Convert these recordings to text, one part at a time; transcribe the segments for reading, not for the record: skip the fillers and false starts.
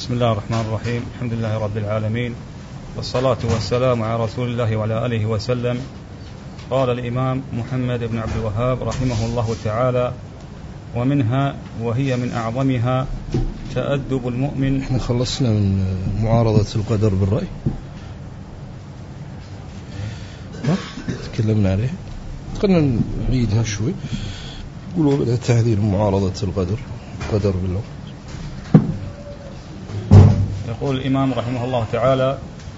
بسم الله الرحمن الرحيم. الحمد لله رب العالمين، والصلاة والسلام على رسول الله وعلى آله وسلم. قال الإمام محمد بن عبد الوهاب رحمه الله تعالى: ومنها وهي من أعظمها تأدب المؤمن. احنا خلصنا من معارضة القدر بالرأي، تكلمنا عليه، خلنا نعيدها شوي. قولوا بدأ تحذير معارضة القدر بالله. يقول الإمام رحمه الله تعالى: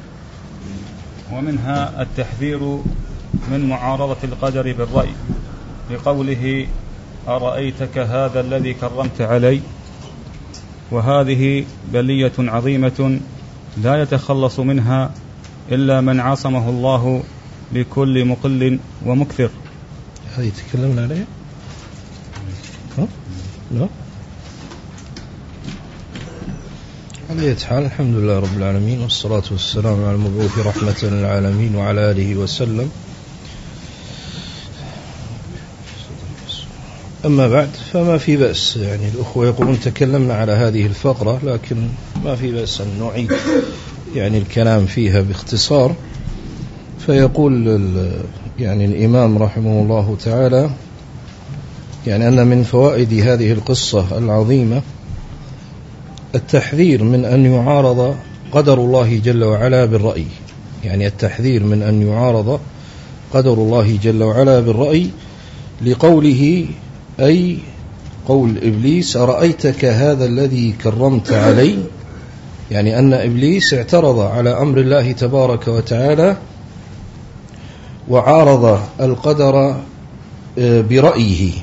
ومنها التحذير من معارضة القدر بالرأي، لقوله: أرأيتك هذا الذي كرمت علي. وهذه بلية عظيمة لا يتخلص منها إلا من عصمه الله لكل مقل ومكثر. هذه تكلمنا عليها؟ لا؟ على أي حال، الحمد لله رب العالمين، والصلاة والسلام على المبعوث رحمة للعالمين وعلى آله وسلم. أما بعد، فما في بأس، يعني الأخوة يقولون تكلمنا على هذه الفقرة، لكن ما في بأس أن نعيد يعني الكلام فيها باختصار. فيقول يعني الإمام رحمه الله تعالى يعني أن من فوائد هذه القصة العظيمة التحذير من أن يعارض قدر الله جل وعلا بالرأي، يعني التحذير من أن يعارض قدر الله جل وعلا بالرأي، لقوله أي قول إبليس: أرأيتك هذا الذي كرمت علي، يعني أن إبليس اعترض على أمر الله تبارك وتعالى وعارض القدر برأيه.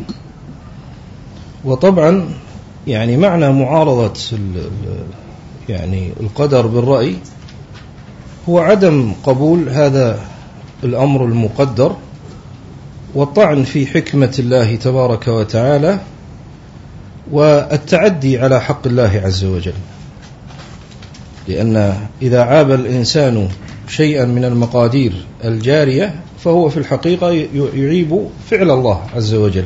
وطبعا يعني معنى معارضة يعني القدر بالرأي هو عدم قبول هذا الأمر المقدر، والطعن في حكمة الله تبارك وتعالى، والتعدي على حق الله عز وجل. لأن إذا عاب الإنسان شيئا من المقادير الجارية فهو في الحقيقة يعيب فعل الله عز وجل.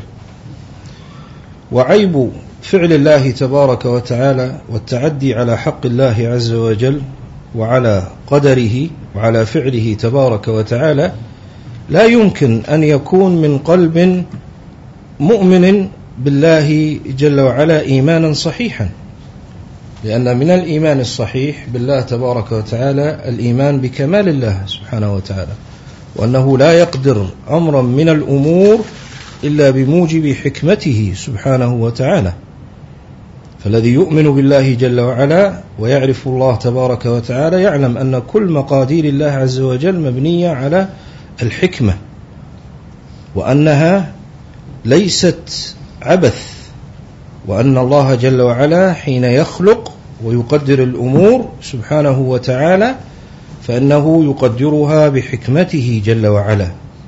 وعيب فعل الله تبارك وتعالى والتعدي على حق الله عز وجل وعلى قدره وعلى فعله تبارك وتعالى لا يمكن أن يكون من قلب مؤمن بالله جل وعلا إيمانا صحيحا، لأن من الإيمان الصحيح بالله تبارك وتعالى الإيمان بكمال الله سبحانه وتعالى، وأنه لا يقدر أمرا من الأمور إلا بموجب حكمته سبحانه وتعالى. فالذي يؤمن بالله جل وعلا ويعرف الله تبارك وتعالى يعلم أن كل مقادير الله عز وجل مبنية على الحكمة، وأنها ليست عبث، وأن الله جل وعلا حين يخلق ويقدر الأمور سبحانه وتعالى فإنه يقدرها بحكمته جل وعلا.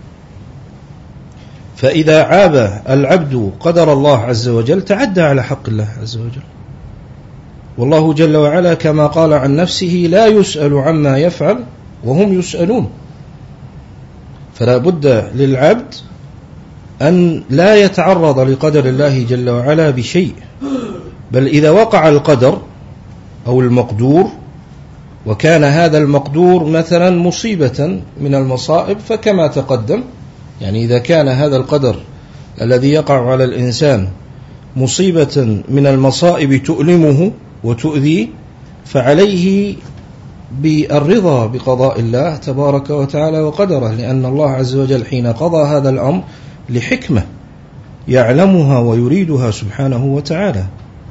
فإذا عاب العبد قدر الله عز وجل تعدى على حق الله عز وجل، والله جل وعلا كما قال عن نفسه: لا يسأل عما يفعل وهم يسألون. فلا بد للعبد أن لا يتعرض لقدر الله جل وعلا بشيء، بل إذا وقع القدر أو المقدور وكان هذا المقدور مثلا مصيبة من المصائب، فكما تقدم، يعني إذا كان هذا القدر الذي يقع على الإنسان مصيبة من المصائب تؤلمه وتؤذيه، فعليه بالرضا بقضاء الله تبارك وتعالى وقدره، لأن الله عز وجل حين قضى هذا الأمر لحكمة يعلمها ويريدها سبحانه وتعالى.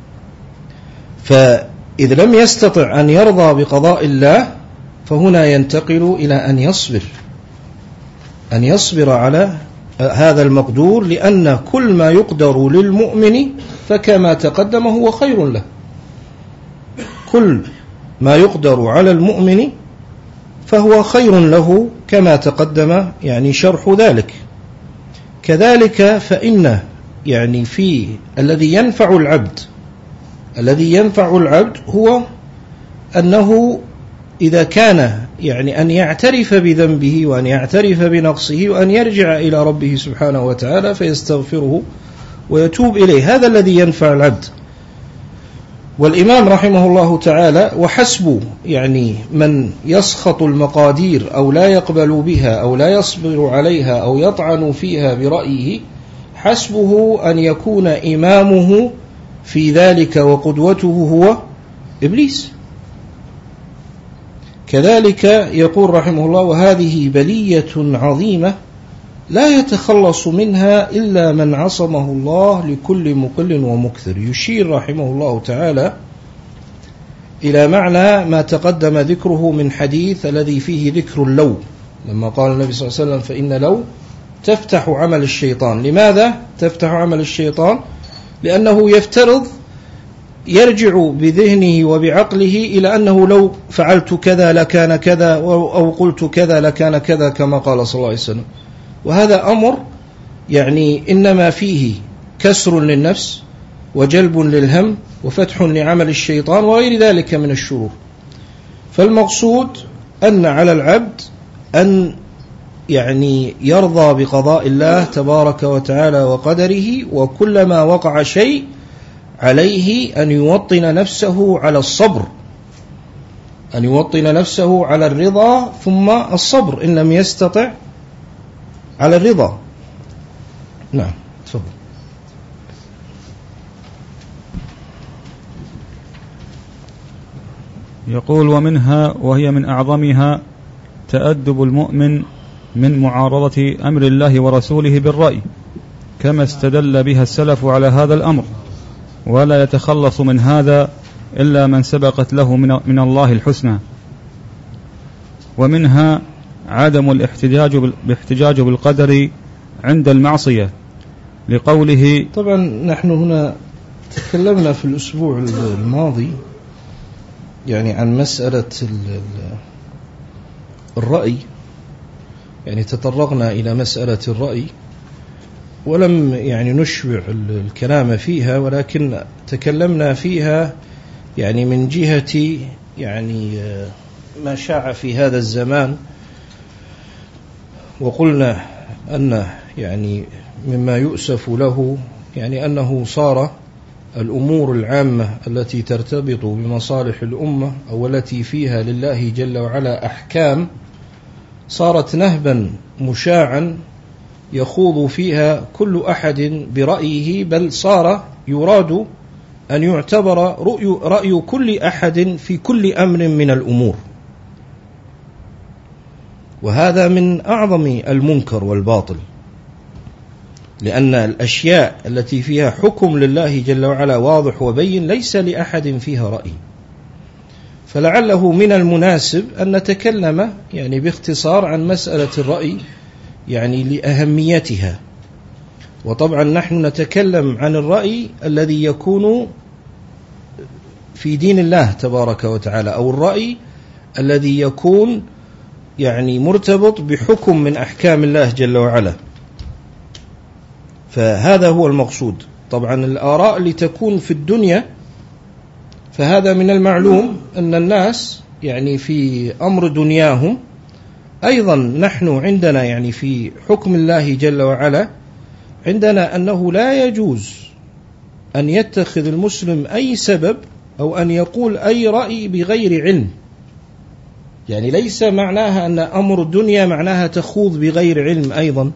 فإذ لم يستطع أن يرضى بقضاء الله فهنا ينتقل إلى أن يصبر على هذا المقدور، لأن كل ما يقدر للمؤمن فكما تقدم هو خير له. كل ما يقدر على المؤمن فهو خير له كما تقدم يعني شرح ذلك. كذلك فإن يعني في الذي ينفع العبد هو أنه إذا كان يعني أن يعترف بذنبه وأن يعترف بنقصه وأن يرجع إلى ربه سبحانه وتعالى فيستغفره ويتوب إليه، هذا الذي ينفع العبد. والإمام رحمه الله تعالى وحسب يعني من يسخط المقادير أو لا يقبل بها أو لا يصبر عليها أو يطعن فيها برأيه، حسبه أن يكون إمامه في ذلك وقدوته هو إبليس. كذلك يقول رحمه الله: وهذه بلية عظيمة لا يتخلص منها إلا من عصمه الله لكل مقل ومكثر. يشير رحمه الله تعالى إلى معنى ما تقدم ذكره من حديث الذي فيه ذكر اللو، لما قال النبي صلى الله عليه وسلم: فإن لو تفتح عمل الشيطان. لماذا تفتح عمل الشيطان؟ لأنه يفترض، يرجع بذهنه وبعقله إلى أنه لو فعلت كذا لكان كذا، أو قلت كذا لكان كذا، كما قال صلى الله عليه وسلم. وهذا أمر يعني إنما فيه كسر للنفس وجلب للهم وفتح لعمل الشيطان وغير ذلك من الشرور. فالمقصود أن على العبد أن يعني يرضى بقضاء الله تبارك وتعالى وقدره، وكلما وقع شيء عليه أن يوطن نفسه على الصبر، أن يوطن نفسه على الرضا ثم الصبر، إن لم يستطع على الرضا. نعم، تفضل. يقول: ومنها وهي من أعظمها تأدب المؤمن من معارضة أمر الله ورسوله بالرأي، كما استدل بها السلف على هذا الأمر، ولا يتخلص من هذا إلا من سبقت له من الله الحسنى. ومنها عدم الاحتجاج بالقدر عند المعصية، لقوله. طبعا نحن هنا تكلمنا في الأسبوع الماضي يعني عن مسألة الرأي، يعني تطرقنا إلى مسألة الرأي ولم يعني نشبع الكلام فيها، ولكن تكلمنا فيها يعني من جهة يعني ما شاع في هذا الزمان، وقلنا أن يعني مما يؤسف له يعني أنه صار الأمور العامة التي ترتبط بمصالح الأمة أو التي فيها لله جل وعلا أحكام صارت نهبا مشاعا يخوض فيها كل أحد برأيه، بل صار يراد أن يعتبر رأي كل أحد في كل أمر من الأمور، وهذا من أعظم المنكر والباطل، لأن الأشياء التي فيها حكم لله جل وعلا واضح وبين ليس لأحد فيها رأي. فلعله من المناسب أن نتكلم يعني باختصار عن مسألة الرأي يعني لأهميتها. وطبعا نحن نتكلم عن الرأي الذي يكون في دين الله تبارك وتعالى، أو الرأي الذي يكون يعني مرتبط بحكم من أحكام الله جل وعلا، فهذا هو المقصود. طبعا الآراء اللي تكون في الدنيا فهذا من المعلوم أن الناس يعني في أمر دنياهم أيضا نحن عندنا يعني في حكم الله جل وعلا عندنا أنه لا يجوز أن يتخذ المسلم أي سبب أو أن يقول أي رأي بغير علم. يعني ليس معناها أن أمر الدنيا معناها تخوض بغير علم أيضا،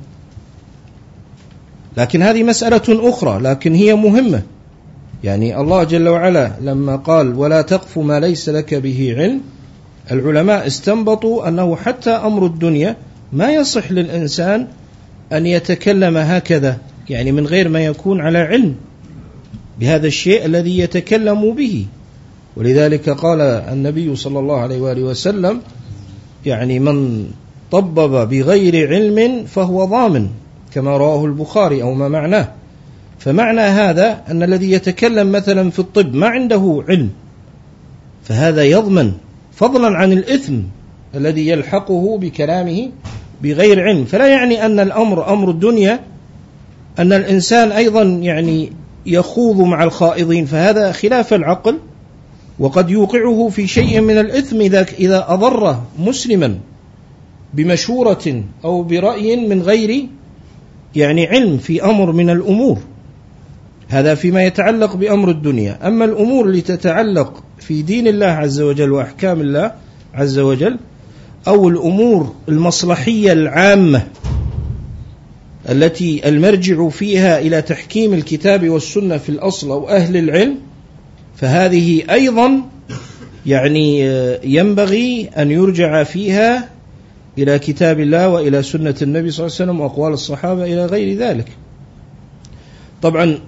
لكن هذه مسألة أخرى لكن هي مهمة. يعني الله جل وعلا لما قال ولا تقف ما ليس لك به علم، العلماء استنبطوا أنه حتى أمر الدنيا ما يصح للإنسان أن يتكلم هكذا يعني من غير ما يكون على علم بهذا الشيء الذي يتكلم به. ولذلك قال النبي صلى الله عليه وآله وسلم يعني من طبب بغير علم فهو ضامن، كما رواه البخاري أو ما معناه. فمعنى هذا أن الذي يتكلم مثلا في الطب ما عنده علم فهذا يضمن، فضلا عن الإثم الذي يلحقه بكلامه بغير علم. فلا يعني أن الأمر أمر الدنيا أن الإنسان أيضا يعني يخوض مع الخائضين، فهذا خلاف العقل، وقد يوقعه في شيء من الإثم إذا أضر مسلما بمشورة أو برأي من غير يعني علم في أمر من الأمور. هذا فيما يتعلق بأمر الدنيا. أما الأمور التي تتعلق في دين الله عز وجل وأحكام الله عز وجل، أو الأمور المصلحية العامة التي المرجع فيها إلى تحكيم الكتاب والسنة في الأصل أو أهل العلم، فهذه أيضا يعني ينبغي أن يرجع فيها إلى كتاب الله وإلى سنة النبي صلى الله عليه وسلم وأقوال الصحابة إلى غير ذلك. طبعا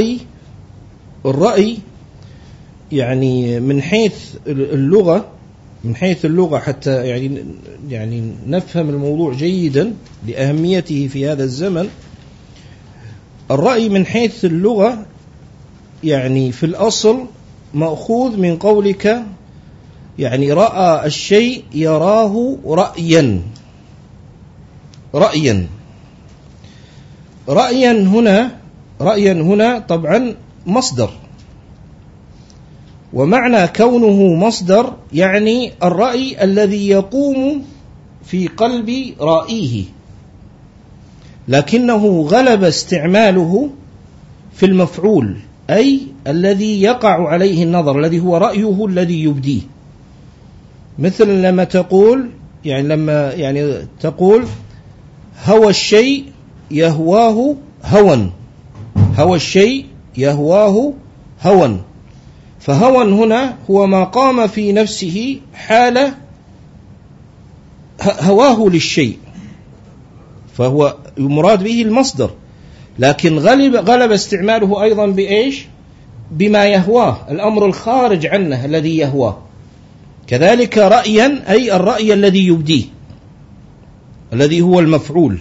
الرأي يعني من حيث اللغة حتى يعني نفهم الموضوع جيدا لأهميته في هذا الزمن. الرأي من حيث اللغة يعني في الأصل مأخوذ من قولك يعني رأى الشيء يراه رأيا هنا طبعا مصدر، ومعنى كونه مصدر يعني الرأي الذي يقوم في قلب رائيه، لكنه غلب استعماله في المفعول، أي الذي يقع عليه النظر، الذي هو رأيه الذي يبديه. مثل لما تقول تقول هوى الشيء يهواه هوى، فهوى هنا هو ما قام في نفسه حال هواه للشيء، فهو المراد به المصدر، لكن غلب استعماله أيضا بإيش؟ بما يهواه، الأمر الخارج عنه الذي يهواه. كذلك رأيا أي الرأي الذي يبديه الذي هو المفعول.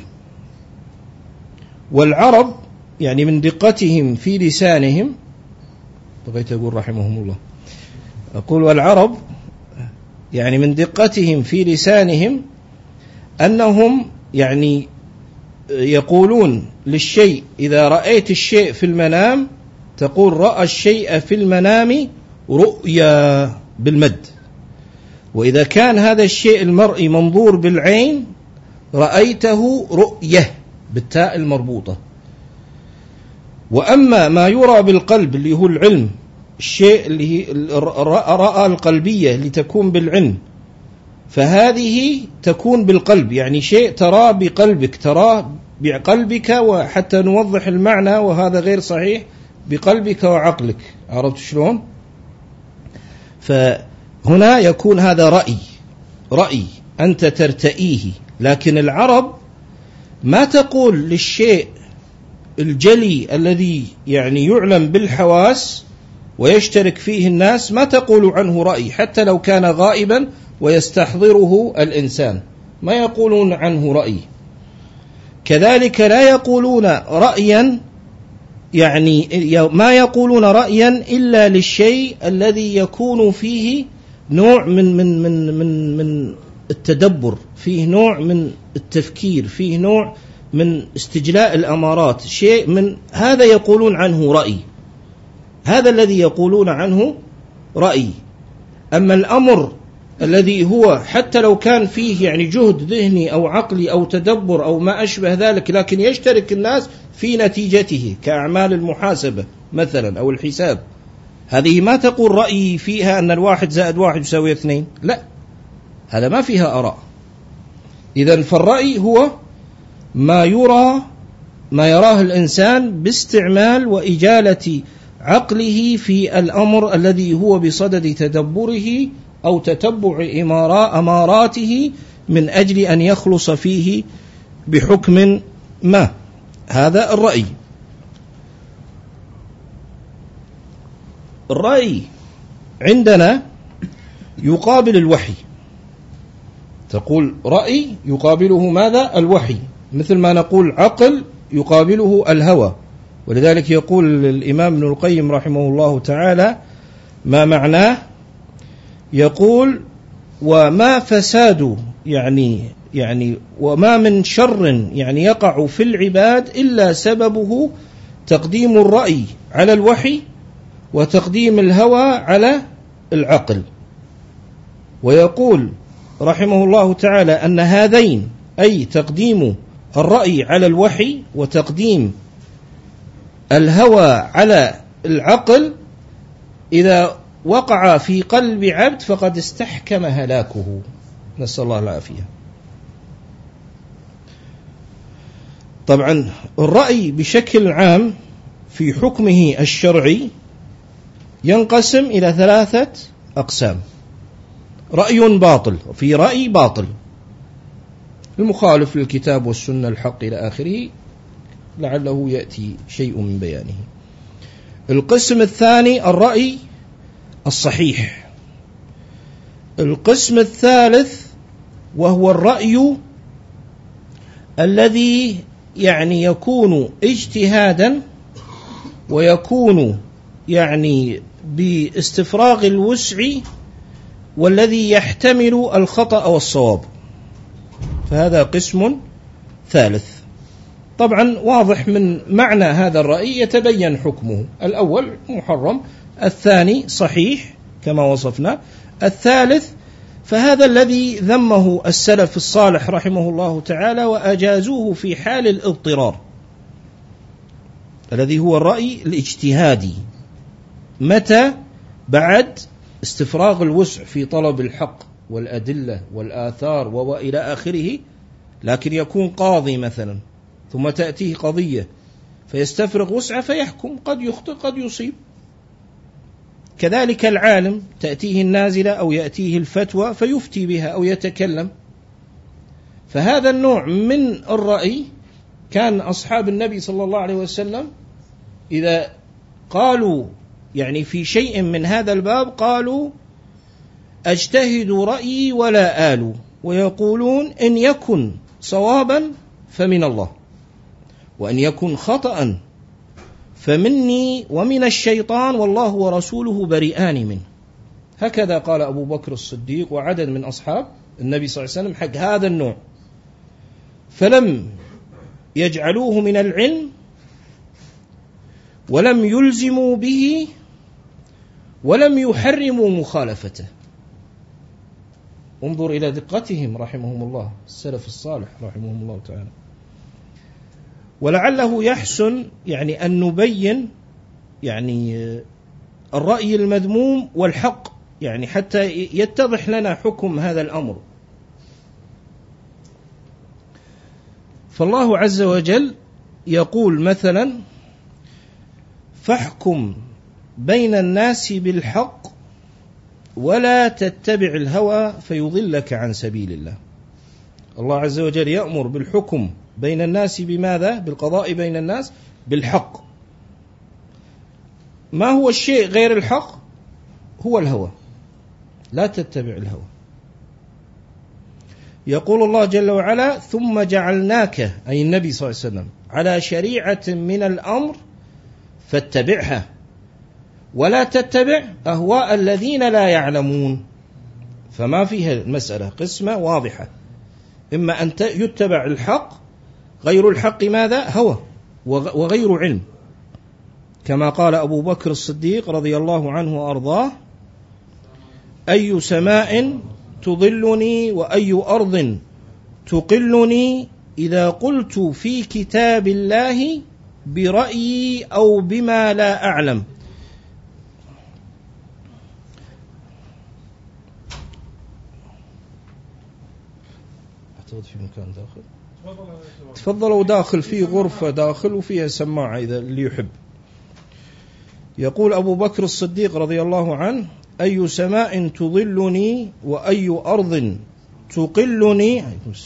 والعرب يعني من دقتهم في لسانهم، بغيت أقول رحمهم الله، أقول والعرب يعني من دقتهم في لسانهم أنهم يعني يقولون للشيء إذا رأيت الشيء في المنام تقول رأى الشيء في المنام رؤيا بالمد، وإذا كان هذا الشيء المرئي منظور بالعين رأيته رؤية بالتاء المربوطة. وأما ما يرى بالقلب اللي هو العلم، الشيء اللي رأى القلبية اللي تكون بالعلم، فهذه تكون بالقلب، يعني شيء ترى بقلبك، ترى بقلبك، وحتى نوضح المعنى وهذا غير صحيح، بقلبك وعقلك. عرفت شلون؟ فهنا يكون هذا رأي أنت ترتئيه. لكن العرب ما تقول للشيء الجلي الذي يعني يعلم بالحواس ويشترك فيه الناس، ما تقول عنه رأي حتى لو كان غائبا ويستحضره الإنسان، ما يقولون عنه رأي. كذلك لا يقولون رأيا، يعني ما يقولون رأيا إلا للشيء الذي يكون فيه نوع من التدبر، فيه نوع من التفكير، فيه نوع من استجلاء الأمارات، شيء من هذا يقولون عنه رأي، هذا الذي يقولون عنه رأي. أما الأمر الذي هو حتى لو كان فيه يعني جهد ذهني أو عقلي أو تدبر أو ما أشبه ذلك، لكن يشترك الناس في نتيجته كأعمال المحاسبة مثلا أو الحساب، هذه ما تقول رأي فيها أن 1 زائد 1 يساوي 2، لا، هذا ما فيها آراء. إذن فالرأي هو ما يراه الإنسان باستعمال وإجالة عقله في الأمر الذي هو بصدد تدبره أو تتبع أماراته من أجل أن يخلص فيه بحكم ما. هذا الرأي. الرأي عندنا يقابل الوحي، تقول رأي يقابله ماذا؟ الوحي، مثل ما نقول عقل يقابله الهوى. ولذلك يقول الإمام ابن القيم رحمه الله تعالى ما معناه، يقول وما فساد يعني وما من شر يعني يقع في العباد إلا سببه تقديم الرأي على الوحي وتقديم الهوى على العقل. ويقول رحمه الله تعالى أن هذين، أي تقديم الرأي على الوحي وتقديم الهوى على العقل إذا وقع في قلب عبد فقد استحكم هلاكه، نسأل الله العافية. طبعا الرأي بشكل عام في حكمه الشرعي ينقسم إلى 3 أقسام. رأي باطل، في رأي باطل المخالف للكتاب والسنة الحق إلى آخره، لعله يأتي شيء من بيانه. القسم الثاني الرأي الصحيح. القسم الثالث وهو الرأي الذي يعني يكون اجتهادا ويكون يعني باستفراغ الوسع والذي يحتمل الخطأ والصواب، فهذا قسم ثالث. طبعا واضح من معنى هذا الرأي يتبين حكمه. الأول محرم، الثاني صحيح كما وصفنا، الثالث فهذا الذي ذمه السلف الصالح رحمه الله تعالى وأجازوه في حال الاضطرار، الذي هو الرأي الاجتهادي. متى؟ بعد استفراغ الوسع في طلب الحق والأدلة والآثار وإلى آخره، لكن يكون قاضي مثلا ثم تأتيه قضية فيستفرغ وسعه فيحكم، قد يخطئ قد يصيب. كذلك العالم تأتيه النازلة أو يأتيه الفتوى فيفتي بها أو يتكلم. فهذا النوع من الرأي كان أصحاب النبي صلى الله عليه وسلم إذا قالوا يعني في شيء من هذا الباب قالوا أجتهد رأيي ولا آل، ويقولون إن يكن صوابا فمن الله، وإن يكن خطأ فمني ومن الشيطان والله ورسوله بريئان منه. هكذا قال أبو بكر الصديق وعدد من أصحاب النبي صلى الله عليه وسلم حق هذا النوع، فلم يجعلوه من العلم ولم يلزموا به ولم يحرموا مخالفته. انظر إلى دقتهم رحمهم الله، السلف الصالح رحمهم الله تعالى. ولعله يحسن يعني أن نبين يعني الرأي المذموم والحق، يعني حتى يتضح لنا حكم هذا الأمر. فالله عز وجل يقول مثلا فاحكم بين الناس بالحق ولا تتبع الهوى فيضلك عن سبيل الله. الله عز وجل يأمر بالحكم بين الناس بماذا؟ بالقضاء بين الناس بالحق. ما هو الشيء غير الحق؟ هو الهوى، لا تتبع الهوى. يقول الله جل وعلا ثم جعلناك أي النبي صلى الله عليه وسلم على شريعة من الأمر فاتبعها ولا تتبع أهواء الذين لا يعلمون. فما فيها المسألة قسمة واضحة، إما أن يتبع الحق، غير الحق ماذا؟ هوى وغير علم، كما قال أبو بكر الصديق رضي الله عنه وأرضاه أي سماء تظلني وأي أرض تقلني إذا قلت في كتاب الله برأيي أو بما لا أعلم. في مكان داخل تفضلوا داخل في غرفة داخل وفيها سماعة إذا اللي يحب. يقول أبو بكر الصديق رضي الله عنه أي سماء تظلني وأي أرض تقلني،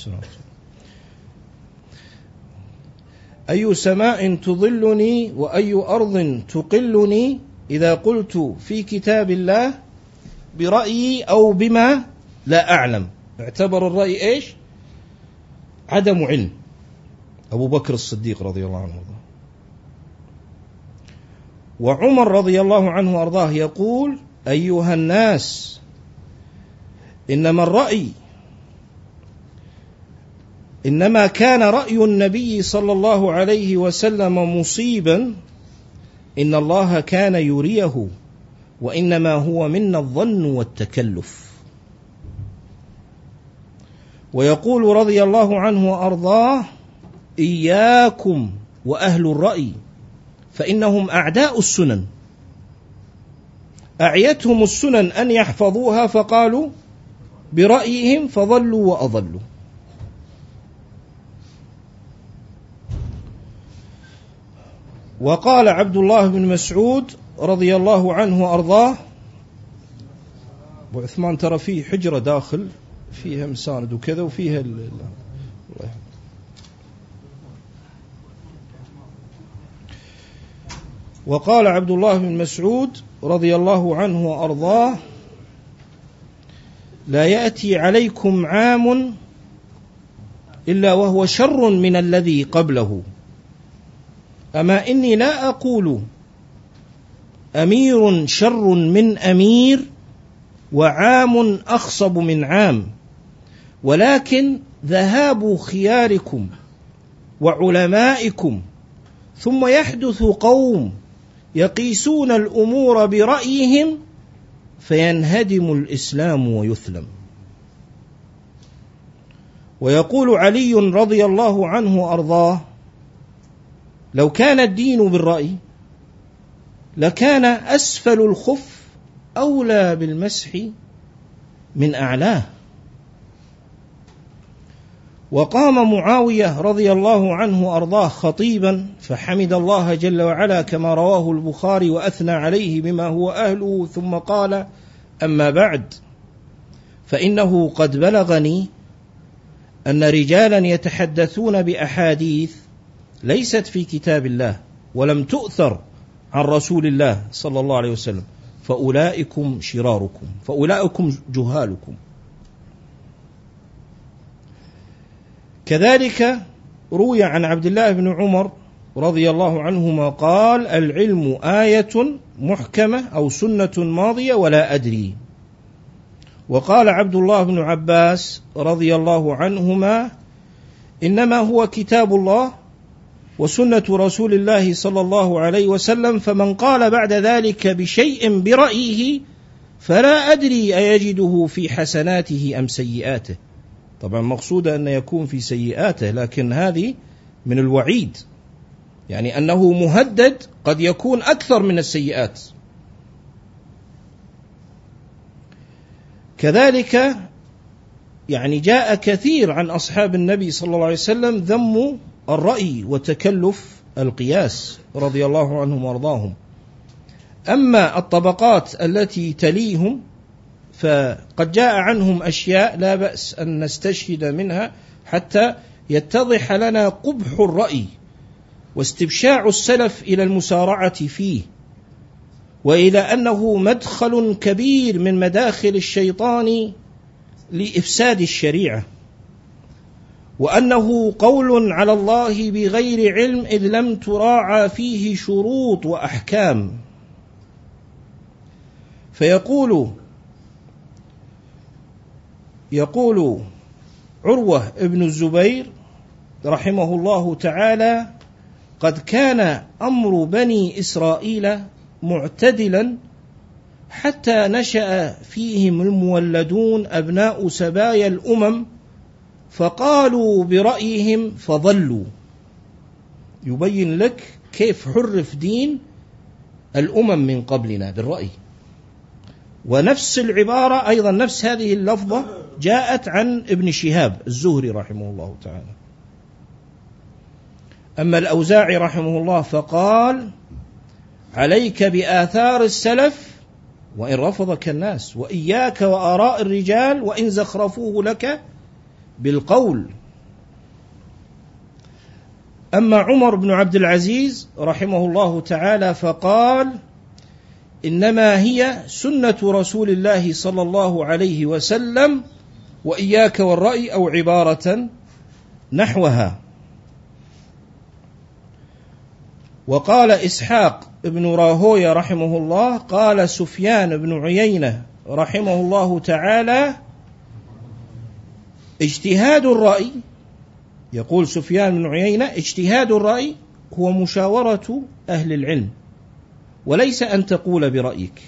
أي سماء تظلني وأي أرض تقلني إذا قلت في كتاب الله برأيي أو بما لا أعلم. اعتبر الرأي إيش؟ عدم علم. أبو بكر الصديق رضي الله عنه وارضاه. وعمر رضي الله عنه وارضاه يقول أيها الناس إنما كان رأي النبي صلى الله عليه وسلم مصيبا إن الله كان يريه وإنما هو منا الظن والتكلف. ويقول رضي الله عنه وأرضاه إياكم وأهل الرأي فإنهم أعداء السنن، أعيتهم السنن أن يحفظوها فقالوا برأيهم فضلوا وأضلوا. وقال عبد الله بن مسعود رضي الله عنه وأرضاه، وعثمان ترى فيه حجرة داخل فيها مساند وكذا وفيها وقال عبد الله بن مسعود رضي الله عنه وأرضاه: لا يأتي عليكم عام إلا وهو شر من الذي قبله، أما إني لا أقول أمير شر من أمير وعام أخصب من عام، ولكن ذهاب خياركم وعلمائكم، ثم يحدث قوم يقيسون الأمور برأيهم فينهدم الإسلام ويثلم. ويقول علي رضي الله عنه وأرضاه: لو كان الدين بالرأي لكان أسفل الخف أولى بالمسح من أعلاه. وقام معاوية رضي الله عنه وأرضاه خطيبا فحمد الله جل وعلا كما رواه البخاري وأثنى عليه بما هو أهله، ثم قال: أما بعد، فإنه قد بلغني أن رجالا يتحدثون بأحاديث ليست في كتاب الله ولم تؤثر عن رسول الله صلى الله عليه وسلم، فأولئكم شراركم، فأولئكم جهالكم. كذلك روي عن عبد الله بن عمر رضي الله عنهما قال: العلم آية محكمة أو سنة ماضية ولا أدري. وقال عبد الله بن عباس رضي الله عنهما: إنما هو كتاب الله وسنة رسول الله صلى الله عليه وسلم، فمن قال بعد ذلك بشيء برأيه فلا أدري أيجده في حسناته أم سيئاته. طبعا مقصود أن يكون في سيئاته، لكن هذه من الوعيد، يعني أنه مهدد قد يكون أكثر من السيئات. كذلك يعني جاء كثير عن أصحاب النبي صلى الله عليه وسلم ذم الرأي وتكلف القياس رضي الله عنهم وارضاهم. أما الطبقات التي تليهم فقد جاء عنهم أشياء لا بأس أن نستشهد منها حتى يتضح لنا قبح الرأي واستبشاع السلف إلى المسارعة فيه، وإلى أنه مدخل كبير من مداخل الشيطان لإفساد الشريعة، وأنه قول على الله بغير علم إذ لم تراعى فيه شروط وأحكام. يقول عروة ابن الزبير رحمه الله تعالى: قد كان أمر بني إسرائيل معتدلا حتى نشأ فيهم المولدون أبناء سبايا الأمم فقالوا برأيهم فضلوا. يبين لك كيف حرف دين الأمم من قبلنا بالرأي. ونفس العبارة أيضا نفس هذه اللفظة جاءت عن ابن شهاب الزهري رحمه الله تعالى. أما الأوزاعي رحمه الله فقال: عليك بآثار السلف وإن رفضك الناس، وإياك وآراء الرجال وإن زخرفوه لك بالقول. أما عمر بن عبد العزيز رحمه الله تعالى فقال: إنما هي سنة رسول الله صلى الله عليه وسلم وإياك والرأي، أو عبارة نحوها. وقال إسحاق بن راهويه رحمه الله: قال سفيان بن عيينة رحمه الله تعالى: اجتهاد الرأي، يقول سفيان بن عيينة: اجتهاد الرأي هو مشاورة أهل العلم وليس أن تقول برأيك.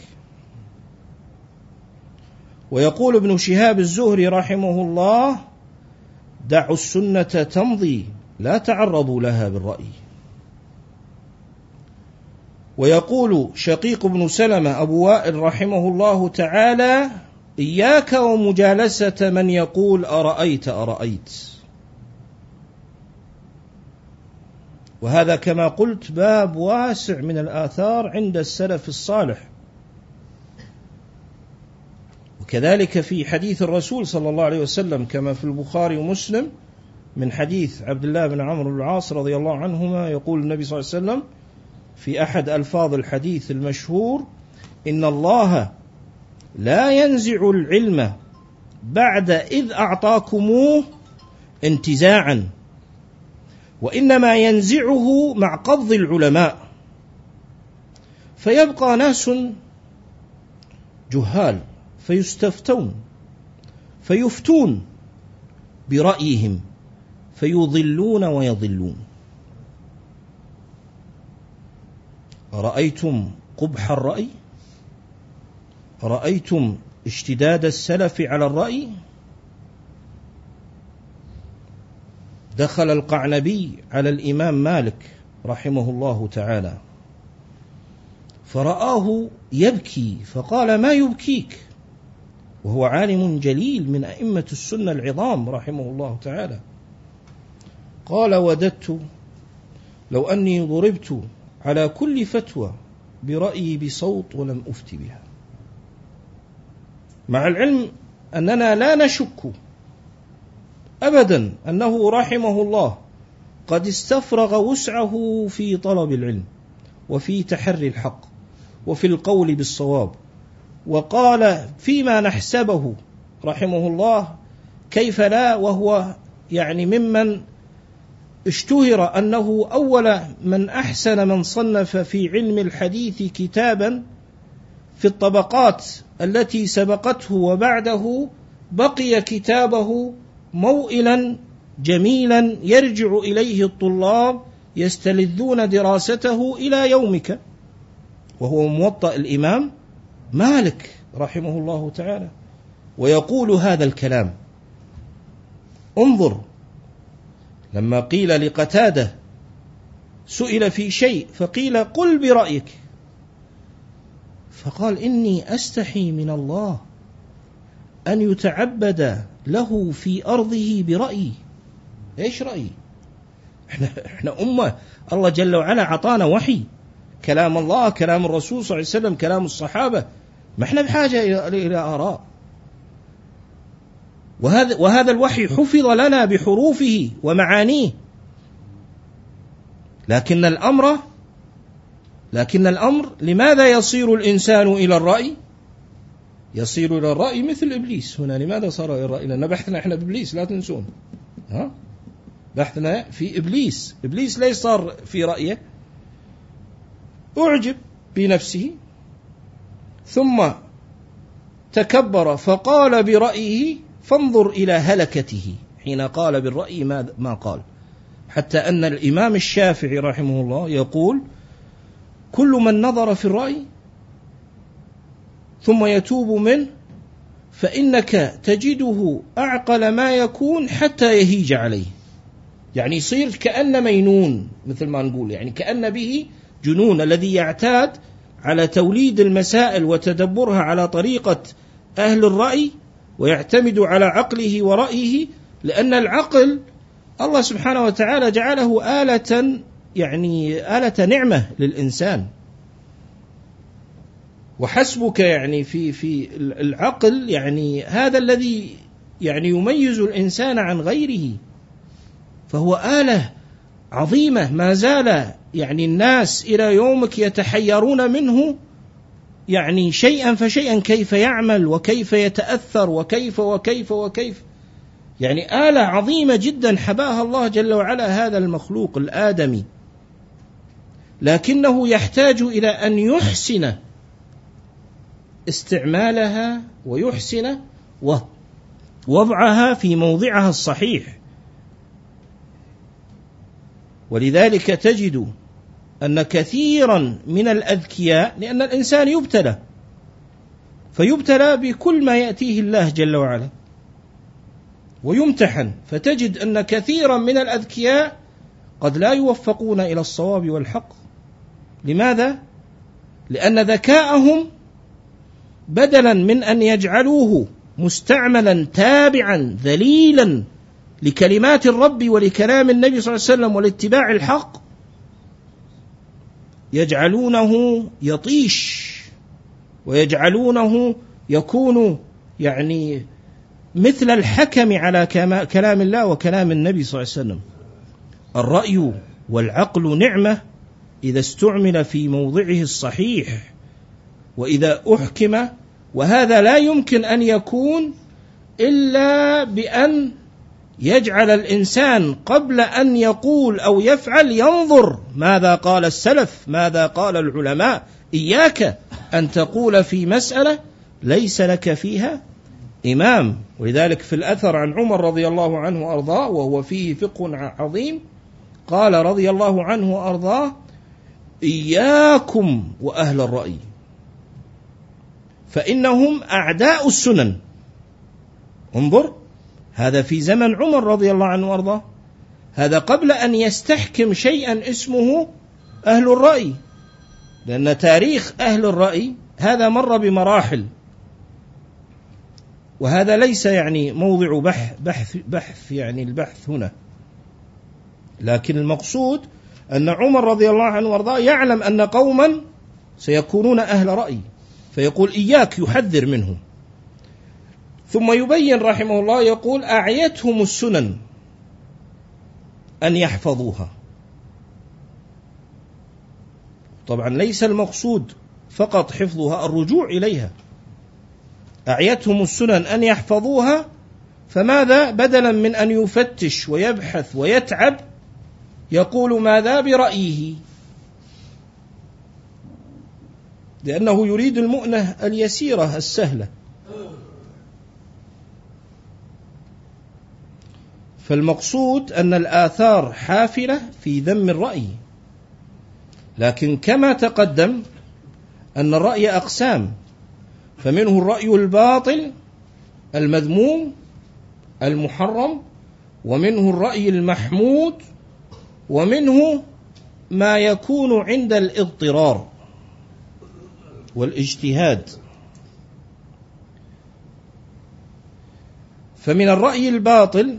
ويقول ابن شهاب الزهري رحمه الله: دعوا السنة تمضي لا تعرضوا لها بالرأي. ويقول شقيق بن سلمة أبو وائل رحمه الله تعالى: إياك ومجالسة من يقول أرأيت أرأيت. وهذا كما قلت باب واسع من الآثار عند السلف الصالح. وكذلك في حديث الرسول صلى الله عليه وسلم كما في البخاري ومسلم من حديث عبد الله بن عمرو بن العاص رضي الله عنهما، يقول النبي صلى الله عليه وسلم في أحد ألفاظ الحديث المشهور: إن الله لا ينزع العلم بعد إذ أعطاكموه انتزاعا، وإنما ينزعه مع قبض العلماء، فيبقى ناس جهال فيفتون برأيهم فيضلون ويضلون. أرأيتم قبح الرأي؟ أرأيتم اشتداد السلف على الرأي؟ دخل القعنبي على الإمام مالك رحمه الله تعالى فرآه يبكي، فقال: ما يبكيك؟ وهو عالم جليل من أئمة السنة العظام رحمه الله تعالى. قال: وددت لو أني ضربت على كل فتوى برأيي بصوت ولم أفتي بها. مع العلم أننا لا نشك أبدا أنه رحمه الله قد استفرغ وسعه في طلب العلم وفي تحري الحق وفي القول بالصواب، وقال فيما نحسبه رحمه الله: كيف لا وهو ممن اشتهر أنه أول من أحسن من صنف في علم الحديث كتابا في الطبقات التي سبقته وبعده، بقي كتابه موئلا جميلا يرجع إليه الطلاب يستلذون دراسته إلى يومك، وهو موطأ الإمام مالك رحمه الله تعالى. ويقول هذا الكلام. انظر لما قيل لقتادة سئل في شيء فقيل: قل برأيك، فقال: إني أستحي من الله أن يتعبد له في أرضه برأيي. إيش رأيي؟ إحنا أمة الله جل وعلا عطانا وحي، كلام الله، كلام الرسول صلى الله عليه وسلم، كلام الصحابة، ما إحنا بحاجة إلى آراء. وهذا الوحي حفظ لنا بحروفه ومعانيه، لكن الأمر لماذا يصير الإنسان إلى الرأي؟ يصير إلى الرأي مثل إبليس هنا. لماذا صار إلى الرأي؟ لأن بحثنا إحنا بإبليس، لا تنسون، بحثنا في إبليس. إبليس ليس صار في رأيه، أعجب بنفسه ثم تكبر فقال برأيه، فانظر إلى هلكته حين قال بالرأي ما قال. حتى أن الإمام الشافعي رحمه الله يقول: كل من نظر في الرأي ثم يتوب منه فإنك تجده أعقل ما يكون حتى يهيج عليه. يصير كأن مينون، مثل ما نقول، كأن به جنون، الذي يعتاد على توليد المسائل وتدبرها على طريقة أهل الرأي ويعتمد على عقله ورأيه، لأن العقل الله سبحانه وتعالى جعله آلة نعمة للإنسان. وحسبك في العقل هذا الذي يميز الإنسان عن غيره، فهو آلة عظيمة. ما زال الناس إلى يومك يتحيرون منه شيئا فشيئا، كيف يعمل وكيف يتأثر وكيف وكيف وكيف. آلة عظيمة جدا حباها الله جل وعلا هذا المخلوق الآدمي، لكنه يحتاج إلى أن يحسن استعمالها ويحسن وضعها في موضعها الصحيح. ولذلك تجد أن كثيرا من الأذكياء، لأن الإنسان فيبتلى بكل ما يأتيه الله جل وعلا ويمتحن، فتجد أن كثيرا من الأذكياء قد لا يوفقون إلى الصواب والحق. لماذا؟ لأن ذكاءهم بدلا من أن يجعلوه مستعملا تابعا ذليلا لكلمات الرب ولكلام النبي صلى الله عليه وسلم والاتباع الحق، يجعلونه يطيش ويجعلونه يكون يعني مثل الحكم على كلام الله وكلام النبي صلى الله عليه وسلم. الرأي والعقل نعمة إذا استعمل في موضعه الصحيح وإذا أحكم، وهذا لا يمكن أن يكون إلا بأن يجعل الإنسان قبل أن يقول أو يفعل ينظر ماذا قال السلف، ماذا قال العلماء. إياك أن تقول في مسألة ليس لك فيها إمام. ولذلك في الأثر عن عمر رضي الله عنه وأرضاه وهو فيه فقه عظيم، قال رضي الله عنه وأرضاه: إياكم وأهل الرأي فإنهم أعداء السنن. انظر، هذا في زمن عمر رضي الله عنه وأرضاه، هذا قبل أن يستحكم شيئا اسمه أهل الرأي، لأن تاريخ أهل الرأي هذا مر بمراحل، وهذا ليس يعني موضع بحث يعني البحث هنا، لكن المقصود أن عمر رضي الله عنه وارضاه يعلم أن قوما سيكونون أهل رأي، فيقول إياك، يحذر منهم. ثم يبين رحمه الله يقول: أعيتهم السنن أن يحفظوها. طبعا ليس المقصود فقط حفظها، الرجوع إليها. أعيتهم السنن أن يحفظوها، فماذا بدلا من أن يفتش ويبحث ويتعب يقول ماذا برأيه، لأنه يريد المؤنة اليسيرة السهلة. فالمقصود أن الآثار حافلة في ذم الرأي، لكن كما تقدم أن الرأي أقسام، فمنه الرأي الباطل المذموم المحرم، ومنه الرأي المحمود، ومنه ما يكون عند الاضطرار والاجتهاد. فمن الرأي الباطل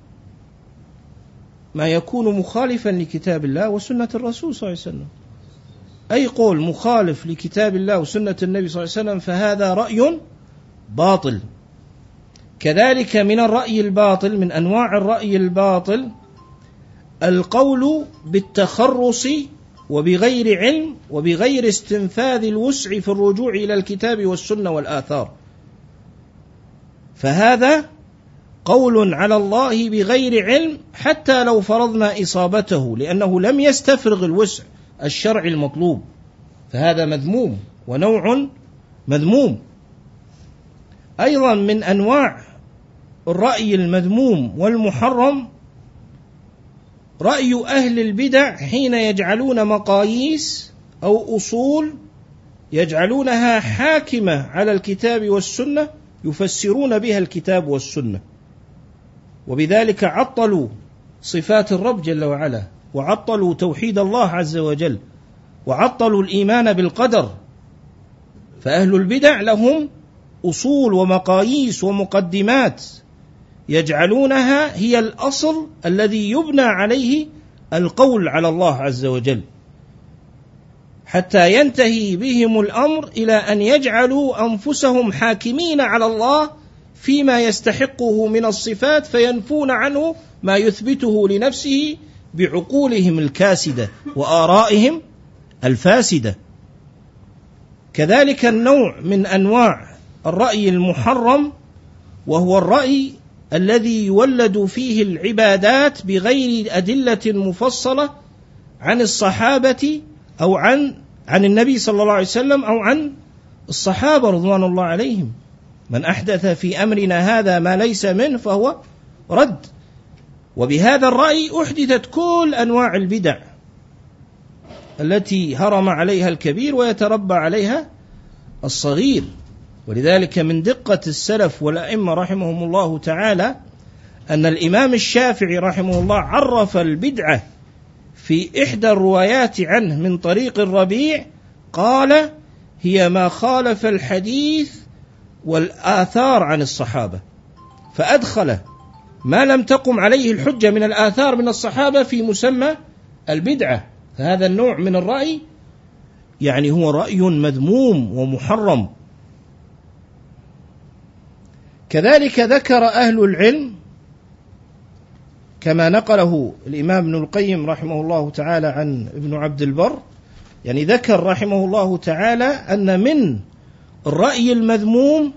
ما يكون مخالفا لكتاب الله وسنة الرسول صلى الله عليه وسلم، أي قول مخالف لكتاب الله وسنة النبي صلى الله عليه وسلم فهذا رأي باطل. كذلك من الرأي الباطل، من أنواع الرأي الباطل، القول بالتخرص وبغير علم وبغير استنفاذ الوسع في الرجوع إلى الكتاب والسنة والآثار، فهذا قول على الله بغير علم حتى لو فرضنا إصابته، لأنه لم يستفرغ الوسع الشرعي المطلوب، فهذا مذموم ونوع مذموم. أيضا من أنواع الرأي المذموم والمحرم رأي أهل البدع حين يجعلون مقاييس أو أصول يجعلونها حاكمة على الكتاب والسنة، يفسرون بها الكتاب والسنة، وبذلك عطلوا صفات الرب جل وعلا، وعطلوا توحيد الله عز وجل، وعطلوا الإيمان بالقدر. فأهل البدع لهم أصول ومقاييس ومقدمات يجعلونها هي الأصل الذي يبنى عليه القول على الله عز وجل، حتى ينتهي بهم الأمر إلى أن يجعلوا أنفسهم حاكمين على الله فيما يستحقه من الصفات، فينفون عنه ما يثبته لنفسه بعقولهم الكاسدة وآرائهم الفاسدة. كذلك النوع من أنواع الرأي المحرم، وهو الرأي الذي يولد فيه العبادات بغير أدلة مفصلة عن الصحابة أو عن النبي صلى الله عليه وسلم أو عن الصحابة رضوان الله عليهم. من أحدث في أمرنا هذا ما ليس منه فهو رد. وبهذا الرأي أحدثت كل أنواع البدع التي هرم عليها الكبير ويتربى عليها الصغير. ولذلك من دقة السلف والأئمة رحمهم الله تعالى أن الإمام الشافعي رحمه الله عرف البدعة في إحدى الروايات عنه من طريق الربيع، قال هي ما خالف الحديث والآثار عن الصحابة، فأدخل ما لم تقم عليه الحجة من الآثار من الصحابة في مسمى البدعة. فهذا النوع من الرأي يعني هو رأي مذموم ومحرم. كذلك ذكر أهل العلم كما نقله الإمام ابن القيم رحمه الله تعالى عن ابن عبد البر، يعني ذكر رحمه الله تعالى أن من الرأي المذموم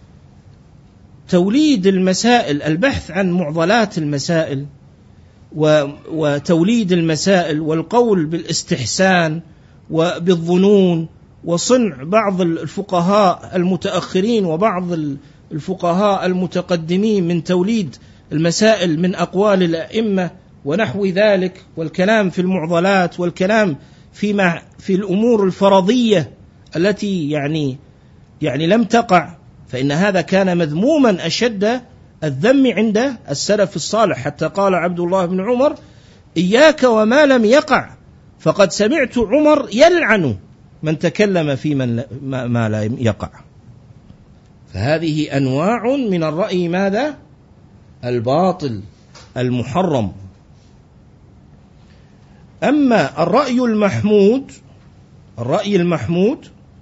توليد المسائل، البحث عن معضلات المسائل وتوليد المسائل، والقول بالاستحسان وبالظنون، وصنع بعض الفقهاء المتأخرين وبعض الفقهاء المتقدمين من توليد المسائل من أقوال الأئمة ونحو ذلك، والكلام في المعضلات، والكلام في الأمور الفرضية التي يعني لم تقع، فإن هذا كان مذموما أشد الذم عند السلف الصالح، حتى قال عبد الله بن عمر: إياك وما لم يقع، فقد سمعت عمر يلعن من تكلم في ما لا يقع. فهذه أنواع من الرأي ماذا؟ الباطل المحرم. أما الرأي المحمود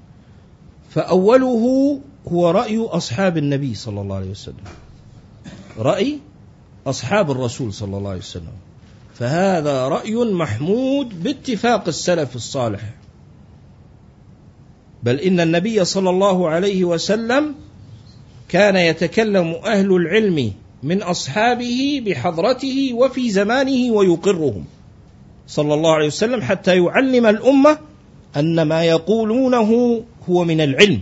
فأوله هو رأي أصحاب النبي صلى الله عليه وسلم، رأي أصحاب الرسول صلى الله عليه وسلم، فهذا رأي محمود باتفاق السلف الصالح. بل إن النبي صلى الله عليه وسلم كان يتكلم أهل العلم من أصحابه بحضرته وفي زمانه ويقرهم صلى الله عليه وسلم، حتى يعلم الأمة أن ما يقولونه هو من العلم.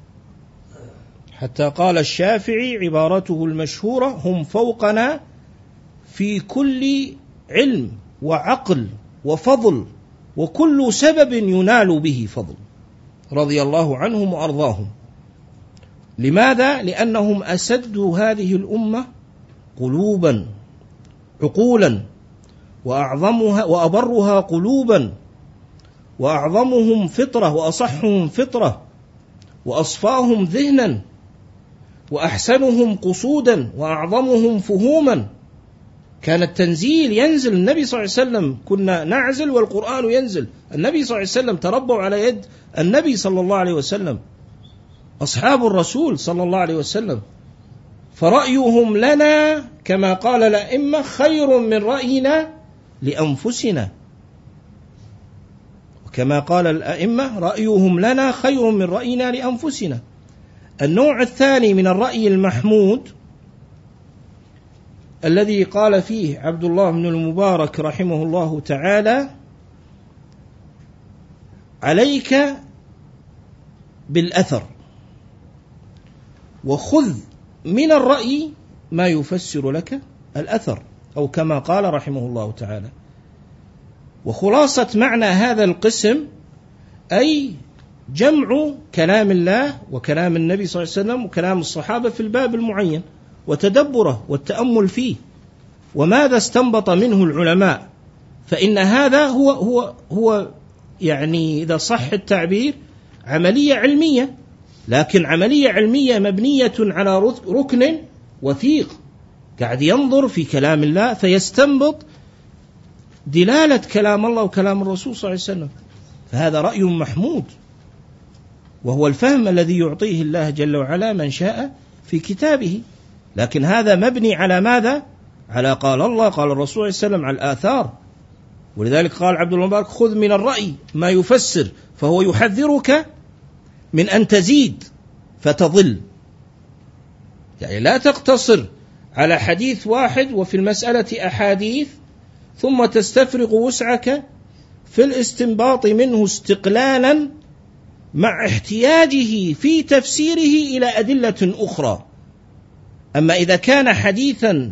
حتى قال الشافعي عبارته المشهورة: هم فوقنا في كل علم وعقل وفضل، وكل سبب ينال به فضل، رضي الله عنهم وأرضاهم. لماذا؟ لأنهم أسدوا هذه الأمة قلوبا عقولا، وأعظمها وأبرها قلوبا، وأعظمهم فطرة وأصحهم فطرة، وأصفاهم ذهنا، وأحسنهم قصودا، وأعظمهم فهوما. كان التنزيل ينزل، النبي صلى الله عليه وسلم كنا نعزل والقرآن ينزل، النبي صلى الله عليه وسلم تربوا على يد النبي صلى الله عليه وسلم، أصحاب الرسول صلى الله عليه وسلم. فرأيهم لنا كما قال الأئمة خير من رأينا لأنفسنا، وكما قال الأئمة رأيهم لنا خير من رأينا لأنفسنا. النوع الثاني من الرأي المحمود الذي قال فيه عبد الله بن المبارك رحمه الله تعالى: عليك بالأثر، وخذ من الرأي ما يفسر لك الأثر، أو كما قال رحمه الله تعالى. وخلاصة معنى هذا القسم أي جمع كلام الله وكلام النبي صلى الله عليه وسلم وكلام الصحابة في الباب المعين، وتدبره والتأمل فيه، وماذا استنبط منه العلماء. فإن هذا هو يعني إذا صح التعبير عملية علمية، لكن عملية علمية مبنية على ركن وثيق، قاعد ينظر في كلام الله فيستنبط دلالة كلام الله وكلام الرسول صلى الله عليه وسلم. فهذا رأي محمود، وهو الفهم الذي يعطيه الله جل وعلا من شاء في كتابه. لكن هذا مبني على ماذا؟ على قال الله قال الرسول صلى الله عليه وسلم، على الآثار. ولذلك قال عبد الله المبارك: خذ من الرأي ما يفسر، فهو يحذرك من أن تزيد فتضل. يعني لا تقتصر على حديث واحد وفي المسألة أحاديث ثم تستفرغ وسعك في الاستنباط منه استقلالا مع احتياجه في تفسيره إلى أدلة أخرى. أما إذا كان حديثا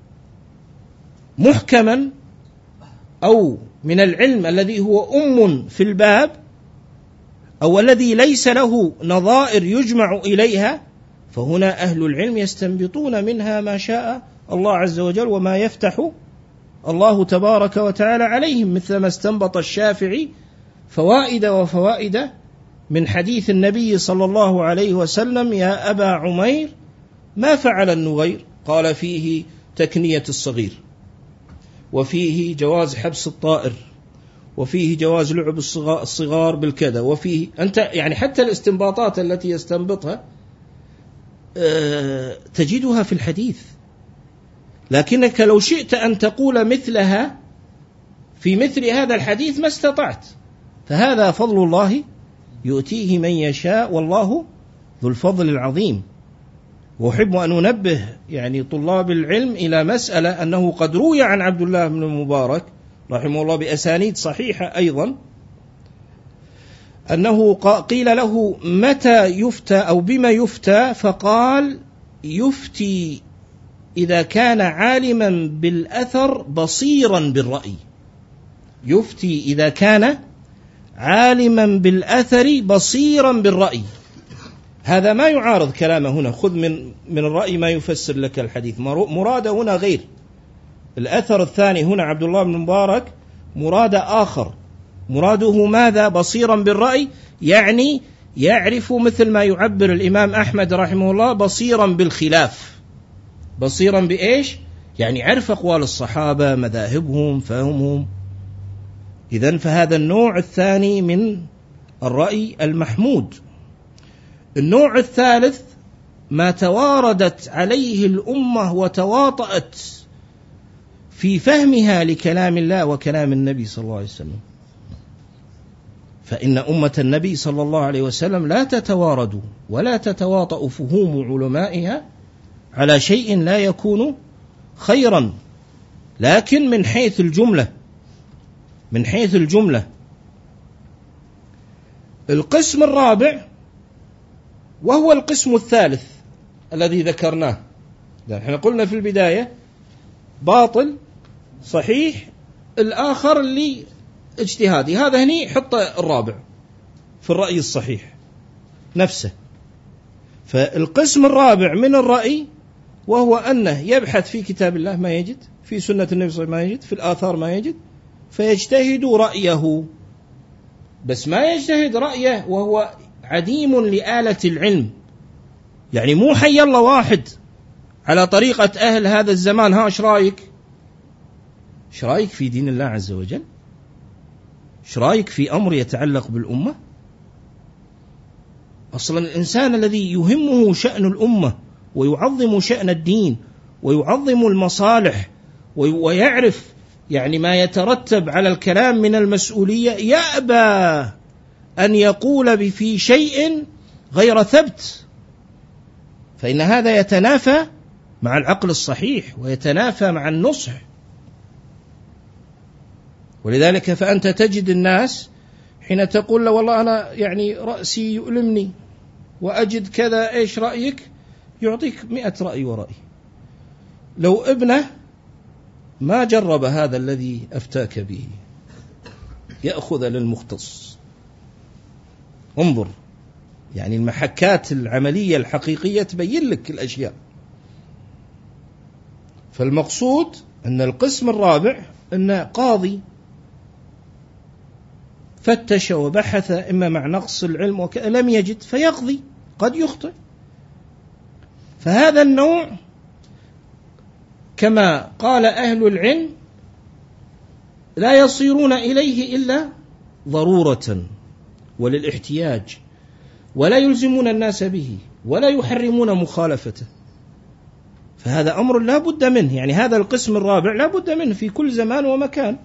محكما أو من العلم الذي هو في الباب، أو الذي ليس له نظائر يجمع إليها، فهنا أهل العلم يستنبطون منها ما شاء الله عز وجل وما يفتح الله تبارك وتعالى عليهم، مثل ما استنبط الشافعي فوائد من حديث النبي صلى الله عليه وسلم: يا أبا عمير ما فعل النغير؟ قال: فيه تكنية الصغير، وفيه جواز حبس الطائر، وفيه جواز لعب الصغار بالكذا، وفيه أنت يعني حتى الاستنباطات التي يستنبطها تجدها في الحديث، لكنك لو شئت أن تقول مثلها في مثل هذا الحديث ما استطعت. فهذا فضل الله يؤتيه من يشاء، والله ذو الفضل العظيم. وأحب أن أنبه يعني طلاب العلم إلى مسألة، أنه قد روي عن عبد الله بن المبارك رحمه الله بأسانيد صحيحة أيضا، أنه قيل له: متى يفتى أو بما يفتى؟ فقال: يفتي إذا كان عالما بالأثر بصيرا بالرأي. يفتي إذا كان عالما بالأثر بصيرا بالرأي. هذا ما يعارض كلامه هنا: خذ من الرأي ما يفسر لك الحديث. مراد هنا غير الأثر الثاني. هنا عبد الله بن مبارك مراد آخر. مراده ماذا؟ بصيرا بالرأي، يعني يعرف مثل ما يعبر الإمام أحمد رحمه الله بصيرا بالخلاف. بصيرا بإيش؟ يعني عرف أقوال الصحابة، مذاهبهم، فهمهم. إذن فهذا النوع الثاني من الرأي المحمود. النوع الثالث ما تواردت عليه الأمة وتواطأت في فهمها لكلام الله وكلام النبي صلى الله عليه وسلم. فإن أمة النبي صلى الله عليه وسلم لا تتوارد ولا تتواطأ فهوم علمائها على شيء لا يكون خيرا، لكن من حيث الجملة. القسم الرابع وهو القسم الثالث الذي ذكرناه، احنا قلنا في البداية باطل صحيح، الآخر اللي اجتهادي، هذا هني حط الرابع في الرأي الصحيح نفسه. فالقسم الرابع من الرأي وهو أنه يبحث في كتاب الله ما يجد، في سنة النبي صلى الله عليه وسلم ما يجد، في الآثار ما يجد، فيجتهد رأيه. بس ما يجتهد رأيه وهو عديم لآلة العلم، يعني مو حي الله واحد على طريقة أهل هذا الزمان: ها ايش رايك؟ ايش رايك في دين الله عز وجل؟ ايش رايك في أمر يتعلق بالأمة؟ أصلا الإنسان الذي يهمه شأن الأمة ويعظم شأن الدين ويعظم المصالح ويعرف يعني ما يترتب على الكلام من المسؤولية، يأبى أن يقول في شيء غير ثبت، فإن هذا يتنافى مع العقل الصحيح ويتنافى مع النصح. ولذلك فأنت تجد الناس حين تقول له: والله أنا يعني رأسي يؤلمني وأجد كذا، إيش رأيك؟ يعطيك 100 رأي ورأي. لو ابنه ما جرب هذا الذي أفتاك به يأخذ للمختص. انظر، يعني المحكات العملية الحقيقية تبين لك الأشياء. فالمقصود أن القسم الرابع أن قاضي فتش وبحث إما مع نقص العلم لم يجد فيقضي، قد يخطئ. فهذا النوع كما قال أهل العلم لا يصيرون إليه إلا ضرورة وللاحتياج، ولا يلزمون الناس به ولا يحرمون مخالفته. فهذا أمر لا بد منه، يعني هذا القسم الرابع لا بد منه في كل زمان ومكان.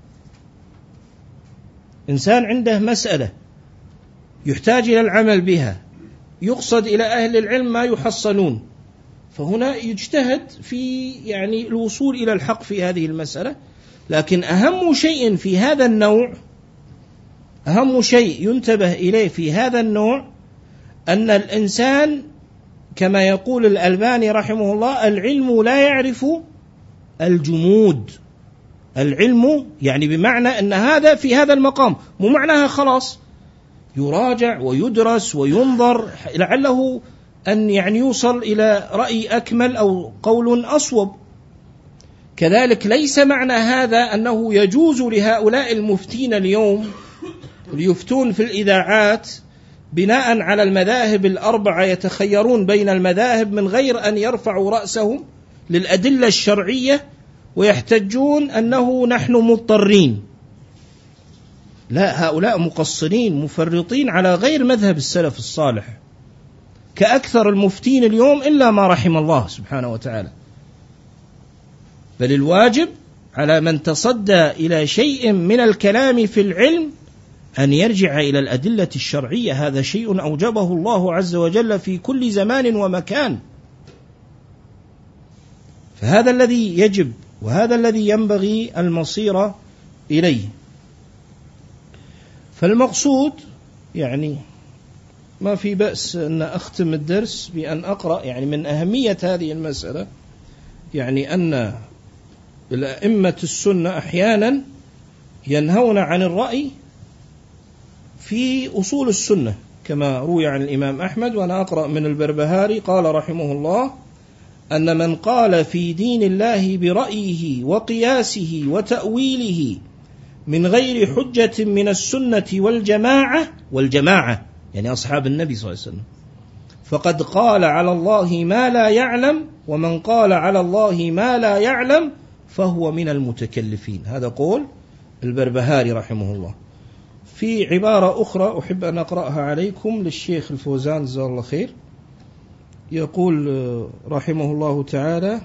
إنسان عنده مسألة يحتاج إلى العمل بها، يقصد إلى أهل العلم ما يحصلون، فهنا يجتهد في يعني الوصول إلى الحق في هذه المسألة. لكن أهم شيء في هذا النوع، أهم شيء ينتبه إليه في هذا النوع، أن الإنسان كما يقول الألباني رحمه الله: العلم لا يعرف الجمود. العلم يعني بمعنى أن هذا في هذا المقام، مو معناها خلاص يراجع ويدرس وينظر لعله أن يعني يوصل إلى رأي أكمل أو قول أصوب. كذلك ليس معنى هذا أنه يجوز لهؤلاء المفتين اليوم ليفتون في الإذاعات بناء على المذاهب الأربعة يتخيرون بين المذاهب من غير أن يرفعوا رأسهم للأدلة الشرعية ويحتجون أنه نحن مضطرين. لا، هؤلاء مقصرين مفرطين على غير مذهب السلف الصالح كأكثر المفتين اليوم إلا ما رحم الله سبحانه وتعالى. بل الواجب على من تصدى إلى شيء من الكلام في العلم أن يرجع إلى الأدلة الشرعية. هذا شيء أوجبه الله عز وجل في كل زمان ومكان. فهذا الذي يجب وهذا الذي ينبغي المصير إليه. فالمقصود يعني ما في بأس أن أختم الدرس بأن أقرأ يعني من أهمية هذه المسألة، يعني أن الأئمة السنة أحيانا ينهون عن الرأي في أصول السنة كما روي عن الإمام أحمد، وأنا أقرأ من البربهاري قال رحمه الله: أن من قال في دين الله برأيه وقياسه وتأويله من غير حجة من السنة والجماعة يعني أصحاب النبي صلى الله عليه وسلم فقد قال على الله ما لا يعلم، ومن قال على الله ما لا يعلم فهو من المتكلفين. هذا قول البربهاري رحمه الله. في عبارة أخرى أحب أن أقرأها عليكم للشيخ الفوزان جزاه الله خير، يقول رحمه الله تعالى: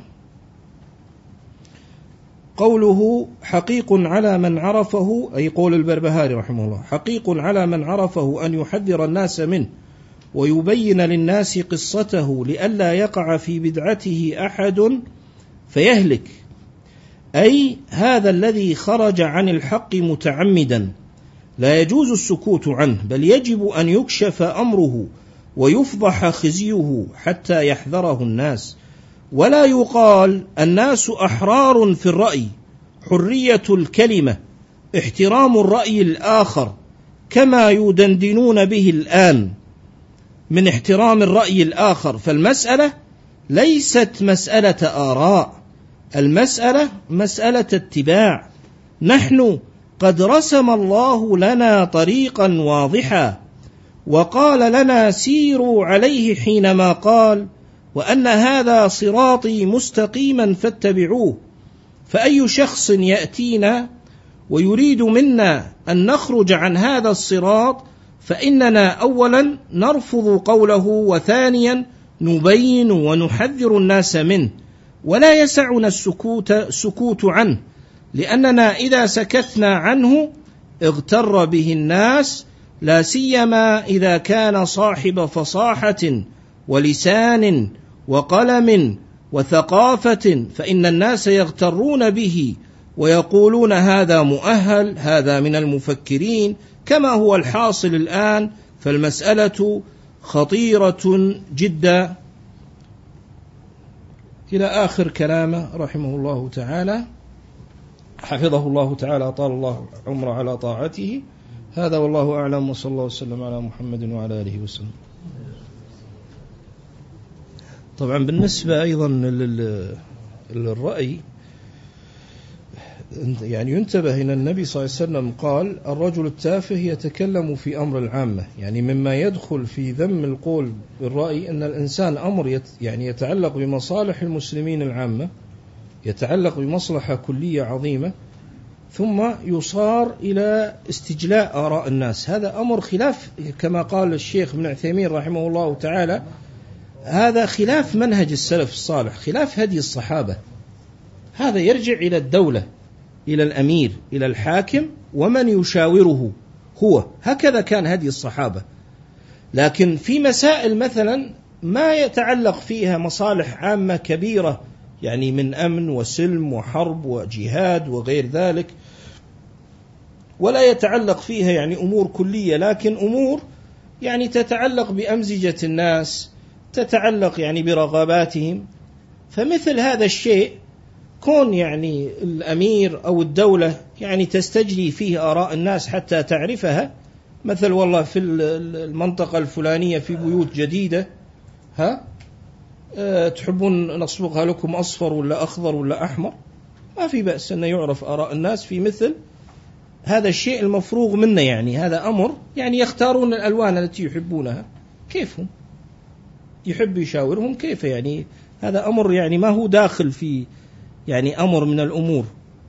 قوله حقيق على من عرفه، أي قول البربهاري رحمه الله، حقيق على من عرفه أن يحذر الناس منه ويبين للناس قصته لئلا يقع في بدعته أحد فيهلك، أي هذا الذي خرج عن الحق متعمدا لا يجوز السكوت عنه، بل يجب أن يكشف أمره ويفضح خزيه حتى يحذره الناس. ولا يقال الناس أحرار في الرأي، حرية الكلمة احترام الرأي الآخر كما يدندنون به الآن من احترام الرأي الآخر. فالمسألة ليست مسألة آراء، المسألة مسألة اتباع. نحن قد رسم الله لنا طريقا واضحا وقال لنا سيروا عليه حينما قال: وأن هذا صراطي مستقيما فاتبعوه. فأي شخص يأتينا ويريد منا أن نخرج عن هذا الصراط فإننا أولا نرفض قوله، وثانيا نبين ونحذر الناس منه، ولا يسعنا السكوت عنه، لأننا إذا سكتنا عنه اغتر به الناس، لا سيما إذا كان صاحب فصاحة ولسان وقلم وثقافة، فإن الناس يغترون به ويقولون هذا مؤهل، هذا من المفكرين، كما هو الحاصل الآن. فالمسألة خطيرة جدا، إلى آخر كلامه رحمه الله تعالى، حفظه الله تعالى، طال الله عمره على طاعته. هذا والله أعلم، وصلى الله وسلم على محمد وعلى آله وسلم. طبعا بالنسبة أيضا للرأي، يعني ينتبه إلى النبي صلى الله عليه وسلم قال: الرجل التافه يتكلم في أمر العامة. يعني مما يدخل في ذم القول بالرأي أن الإنسان أمر يعني يتعلق بمصالح المسلمين العامة، يتعلق بمصلحة كلية عظيمة، ثم يصار إلى استجلاء آراء الناس. هذا أمر خلاف، كما قال الشيخ ابن عثيمين رحمه الله تعالى، هذا خلاف منهج السلف الصالح، خلاف هدي الصحابة. هذا يرجع إلى الدولة، إلى الأمير، إلى الحاكم، ومن يشاوره هو. هكذا كان هدي الصحابة. لكن في مسائل مثلا ما يتعلق فيها مصالح عامة كبيرة، يعني من أمن وسلم وحرب وجهاد وغير ذلك، ولا يتعلق فيها يعني أمور كلية، لكن أمور يعني تتعلق بأمزجة الناس، تتعلق يعني برغباتهم. فمثل هذا الشيء كون يعني الأمير أو الدولة يعني تستجلي فيه آراء الناس حتى تعرفها، مثل والله في المنطقة الفلانية في بيوت جديدة تحبون نصبغها لكم أصفر ولا أخضر ولا أحمر، ما في بأس أن يعرف آراء الناس في مثل هذا الشيء المفروغ منه، يعني هذا أمر يعني يختارون الألوان التي يحبونها كيفهم، يحب يشاورهم كيف، يعني هذا أمر يعني ما هو داخل في يعني أمر من الأمور.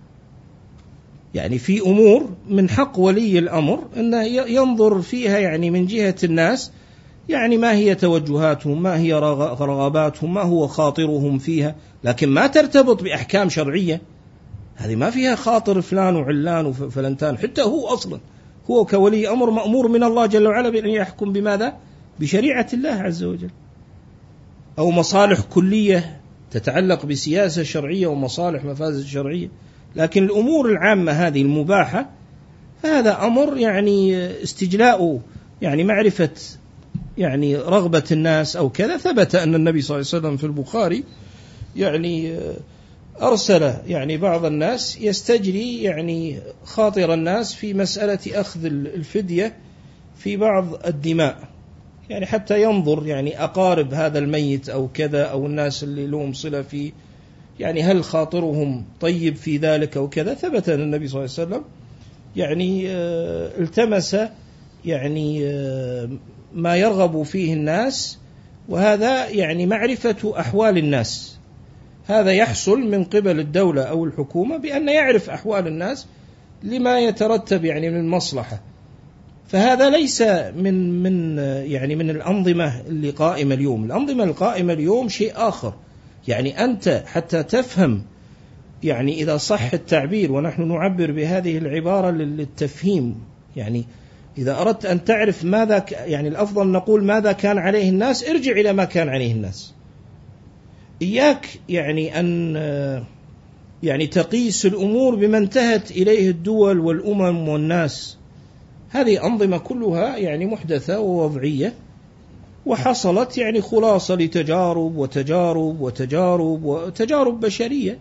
يعني في أمور من حق ولي الأمر أنه ينظر فيها يعني من جهة الناس، يعني ما هي توجهاتهم، ما هي رغباتهم، ما هو خاطرهم فيها، لكن ما ترتبط بأحكام شرعية. هذه ما فيها خاطر فلان وعلان وفلنتان، حتى هو أصلا هو كولي أمر مأمور من الله جل وعلا بأن يحكم بماذا؟ بشريعة الله عز وجل، أو مصالح كلية تتعلق بسياسة شرعية ومصالح مفاسد شرعية. لكن الأمور العامة هذه المباحة هذا أمر يعني استجلاء يعني معرفة يعني رغبة الناس أو كذا. ثبت أن النبي صلى الله عليه وسلم في البخاري يعني أرسل يعني بعض الناس يستجري يعني خاطر الناس في مسألة أخذ الفدية في بعض الدماء، يعني حتى ينظر يعني أقارب هذا الميت أو كذا أو الناس اللي لهم صلة فيه، يعني هل خاطرهم طيب في ذلك أو كذا. ثبت أن النبي صلى الله عليه وسلم يعني التمس يعني ما يرغب فيه الناس، وهذا يعني معرفة أحوال الناس. هذا يحصل من قبل الدولة أو الحكومة بأن يعرف أحوال الناس لما يترتب يعني من مصلحة. فهذا ليس من يعني من الأنظمة اللي قائمة اليوم. الأنظمة القائمة اليوم شيء آخر. يعني أنت حتى تفهم، يعني إذا صح التعبير ونحن نعبر بهذه العبارة للتفهيم، يعني إذا أردت أن تعرف ماذا يعني الأفضل نقول ماذا كان عليه الناس، ارجع إلى ما كان عليه الناس. إياك يعني أن يعني تقيس الأمور بما انتهت إليه الدول والأمم والناس. هذه أنظمة كلها يعني محدثة ووضعية، وحصلت يعني خلاصة لتجارب وتجارب وتجارب وتجارب بشرية.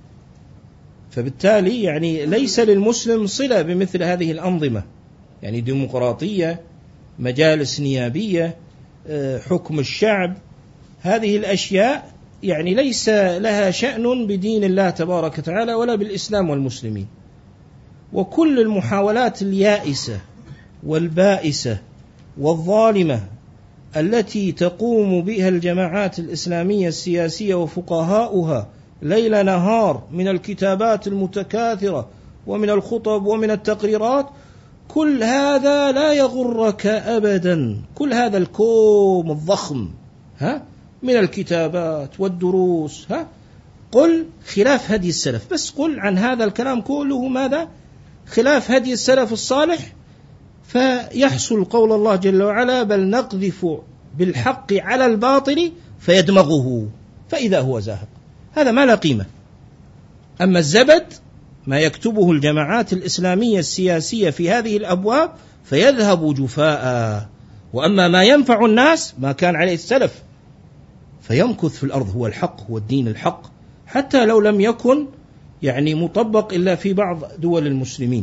فبالتالي يعني ليس للمسلم صلة بمثل هذه الأنظمة، يعني ديمقراطية، مجالس نيابية، حكم الشعب، هذه الأشياء يعني ليس لها شأن بدين الله تبارك وتعالى ولا بالإسلام والمسلمين. وكل المحاولات اليائسة والبائسة والظالمة التي تقوم بها الجماعات الإسلامية السياسية وفقهاؤها ليل نهار من الكتابات المتكاثرة ومن الخطب ومن التقريرات، كل هذا لا يغرك أبدا. كل هذا الكوم الضخم من الكتابات والدروس، قل خلاف هدي السلف، بس قل عن هذا الكلام كله ماذا؟ خلاف هدي السلف الصالح، فيحصل قول الله جل وعلا: بل نقذف بالحق على الباطل فيدمغه فإذا هو زاهق. هذا ما لا قيمة. أما الزبد ما يكتبه الجماعات الإسلامية السياسية في هذه الأبواب فيذهب جفاء. وأما ما ينفع الناس ما كان عليه السلف فيمكث في الأرض، هو الحق، هو الدين الحق، حتى لو لم يكن يعني مطبق إلا في بعض دول المسلمين،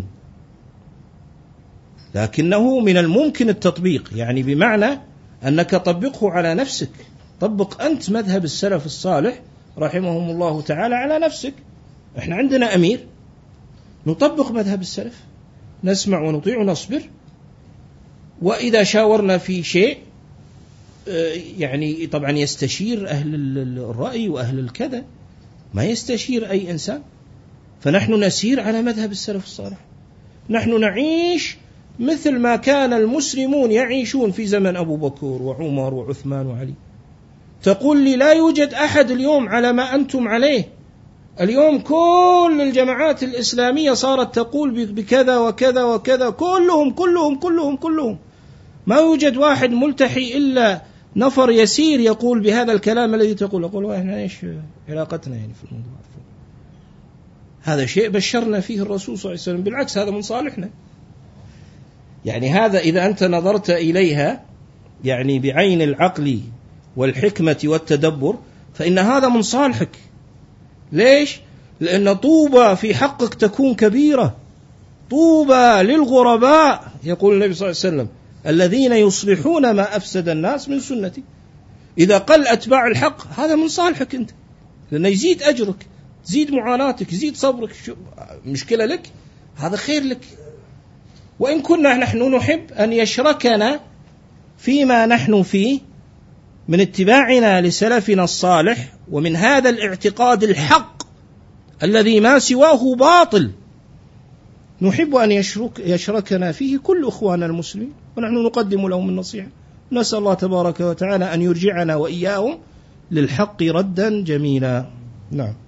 لكنه من الممكن التطبيق، يعني بمعنى أنك طبقه على نفسك. طبق أنت مذهب السلف الصالح رحمهم الله تعالى على نفسك. إحنا عندنا أمير، نطبق مذهب السلف، نسمع ونطيع ونصبر. وإذا شاورنا في شيء يعني طبعا يستشير أهل الرأي وأهل الكذا، ما يستشير أي إنسان. فنحن نسير على مذهب السلف الصالح، نحن نعيش مثل ما كان المسلمون يعيشون في زمن أبو بكر وعمر وعثمان وعلي. تقول لي لا يوجد أحد اليوم على ما أنتم عليه. اليوم كل الجماعات الإسلامية صارت تقول بكذا وكذا وكذا، كلهم كلهم كلهم كلهم، ما يوجد واحد ملتحي إلا نفر يسير يقول بهذا الكلام الذي تقول. أقول إحنا إيش علاقتنا يعني في الموضوع؟ هذا شيء بشرنا فيه الرسول صلى الله عليه وسلم، بالعكس هذا من صالحنا. يعني هذا إذا أنت نظرت إليها يعني بعين العقل والحكمة والتدبر فإن هذا من صالحك. ليش؟ لأن طوبى في حقك تكون كبيرة، طوبى للغرباء، يقول النبي صلى الله عليه وسلم: الذين يصلحون ما أفسد الناس من سنتي. إذا قل أتباع الحق هذا من صالحك أنت، لأنه يزيد أجرك، تزيد معاناتك، يزيد صبرك. مشكلة لك، هذا خير لك وإن كنا نحن نحب أن يشركنا فيما نحن فيه من اتباعنا لسلفنا الصالح ومن هذا الاعتقاد الحق الذي ما سواه باطل، نحب أن يشركنا فيه كل إخواننا المسلمين، ونحن نقدم لهم النصيحة. نسأل الله تبارك وتعالى أن يرجعنا وإياهم للحق ردا جميلا. نعم.